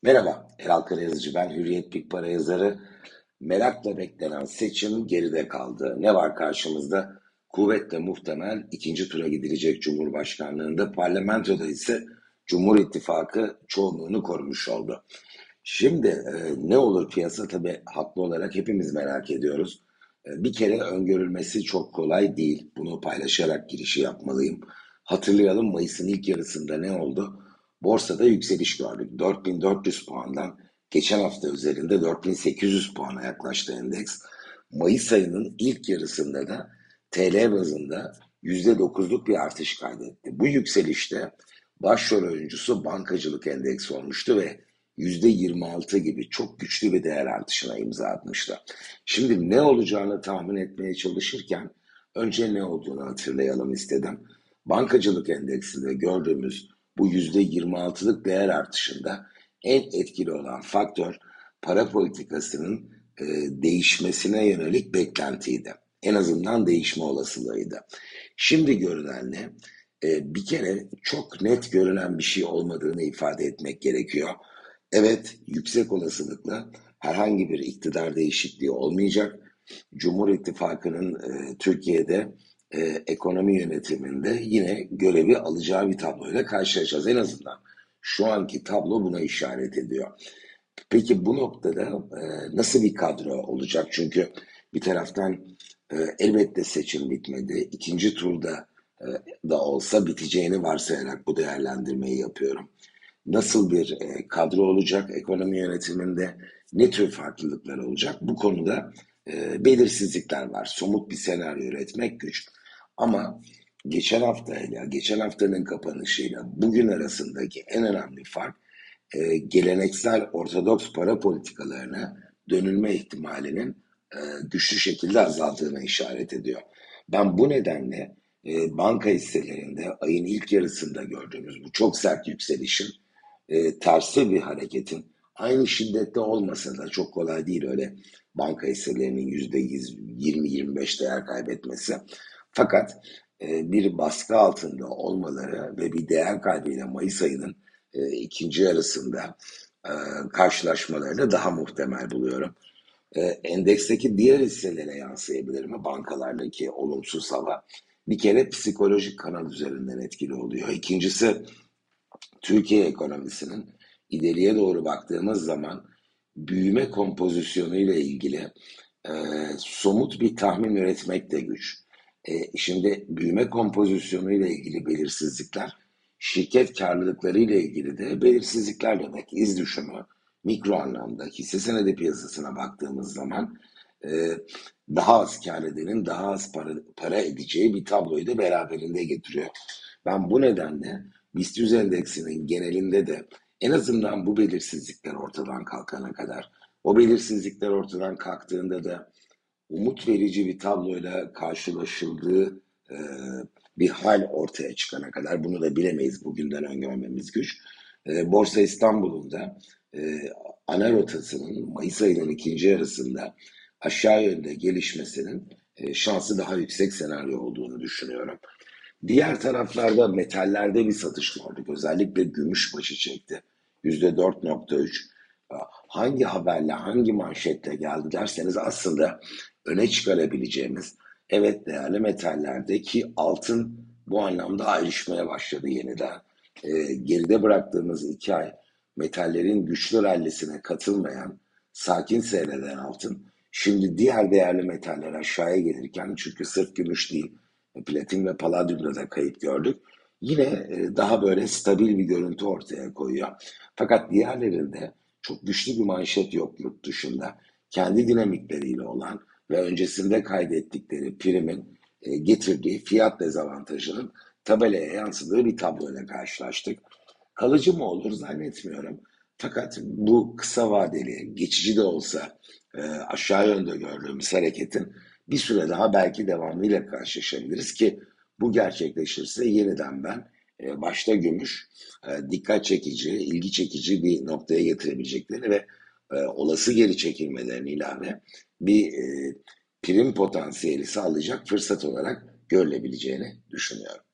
Merhaba, Eral Karayazıcı ben, Hürriyet Big Para yazarı. Merakla beklenen seçim geride kaldı. Ne var karşımızda? Kuvvetle muhtemel ikinci tura gidilecek Cumhurbaşkanlığında, parlamentoda ise Cumhur İttifakı çoğunluğunu korumuş oldu. Şimdi ne olur piyasa, tabii haklı olarak hepimiz merak ediyoruz. Bir kere öngörülmesi çok kolay değil. Bunu paylaşarak girişi yapmalıyım. Hatırlayalım, Mayıs'ın ilk yarısında ne oldu? Borsada yükseliş gördük. 4400 puandan geçen hafta üzerinde 4800 puana yaklaştı endeks. Mayıs ayının ilk yarısında da TL bazında %9'luk bir artış kaydetti. Bu yükselişte başrol oyuncusu bankacılık endeksi olmuştu ve %26 gibi çok güçlü bir değer artışına imza atmıştı. Şimdi ne olacağını tahmin etmeye çalışırken önce ne olduğunu hatırlayalım istedim. Bankacılık endeksinde gördüğümüz bu %26'lık değer artışında en etkili olan faktör para politikasının değişmesine yönelik beklentiydi. En azından değişme olasılığıydı. Şimdi görünen ne? Bir kere çok net görünen bir şey olmadığını ifade etmek gerekiyor. Evet, yüksek olasılıkla herhangi bir iktidar değişikliği olmayacak. Cumhur İttifakı'nın Türkiye'de ekonomi yönetiminde yine görevi alacağı bir tabloyla karşılaşacağız. En azından şu anki tablo buna işaret ediyor. Peki bu noktada nasıl bir kadro olacak? Çünkü bir taraftan elbette seçim bitmedi. İkinci turda e, da olsa biteceğini varsayarak bu değerlendirmeyi yapıyorum. Nasıl bir kadro olacak ekonomi yönetiminde, ne tür farklılıklar olacak? Bu konuda belirsizlikler var. Somut bir senaryo üretmek güç. Ama geçen haftanın kapanışıyla bugün arasındaki en önemli fark geleneksel ortodoks para politikalarına dönülme ihtimalinin güçlü şekilde azaldığına işaret ediyor. Ben bu nedenle banka hisselerinde ayın ilk yarısında gördüğümüz bu çok sert yükselişin tersi bir hareketin aynı şiddette olmasa da, çok kolay değil öyle banka hisselerinin %20-25 değer kaybetmesi. Fakat bir baskı altında olmaları ve bir değer kaybıyla Mayıs ayının ikinci yarısında e, karşılaşmalarını daha muhtemel buluyorum. Endeksteki diğer hisselere yansıyabilir mi bankalardaki olumsuz hava? Bir kere psikolojik kanal üzerinden etkili oluyor. İkincisi, Türkiye ekonomisinin ileriye doğru baktığımız zaman büyüme kompozisyonu ile ilgili e, somut bir tahmin üretmek de güç. Şimdi büyüme kompozisyonu ile ilgili belirsizlikler, şirket karlılıkları ile ilgili de belirsizlikler demek. İz düşümü mikro anlamda hisse senedi piyasasına baktığımız zaman e, daha az kar edenin daha az para edeceği bir tabloyu da beraberinde getiriyor. Ben bu nedenle BIST 100 endeksinin genelinde de en azından bu belirsizlikler ortadan kalkana kadar, o belirsizlikler ortadan kalktığında da umut verici bir tabloyla karşılaşıldığı e, bir hal ortaya çıkana kadar, bunu da bilemeyiz, bugünden öngörmemiz güç. Borsa İstanbul'un da ana rotasının Mayıs ayının ikinci yarısında aşağı yönde gelişmesinin şansı daha yüksek senaryo olduğunu düşünüyorum. Diğer taraflarda metallerde bir satış gördük. Özellikle gümüş başı çekti. %4,3. Hangi haberle, hangi manşetle geldi derseniz, aslında öne çıkarabileceğimiz, evet, değerli metallerdeki altın bu anlamda ayrışmaya başladı yeniden. Geride bıraktığımız 2 ay metallerin güçlü rallisine katılmayan, sakin seyreden altın, şimdi diğer değerli metaller aşağıya gelirken, çünkü sırf gümüş değil, platin ve paladyumda da kayıp gördük. Yine daha böyle stabil bir görüntü ortaya koyuyor. Fakat diğerlerinde çok güçlü bir manşet yok yurt dışında. Kendi dinamikleriyle olan ve öncesinde kaydettikleri primin getirdiği fiyat dezavantajının tabelaya yansıdığı bir tabloyla karşılaştık. Kalıcı mı olur zannetmiyorum. Fakat bu kısa vadeli, geçici de olsa aşağı yönde gördüğümüz hareketin bir süre daha belki devamıyla karşılaşabiliriz ki bu gerçekleşirse yeniden ben başta gümüş dikkat çekici, ilgi çekici bir noktaya getirebileceklerini ve olası geri çekilmelerini ilave bir prim potansiyeli sağlayacak fırsat olarak görülebileceğini düşünüyorum.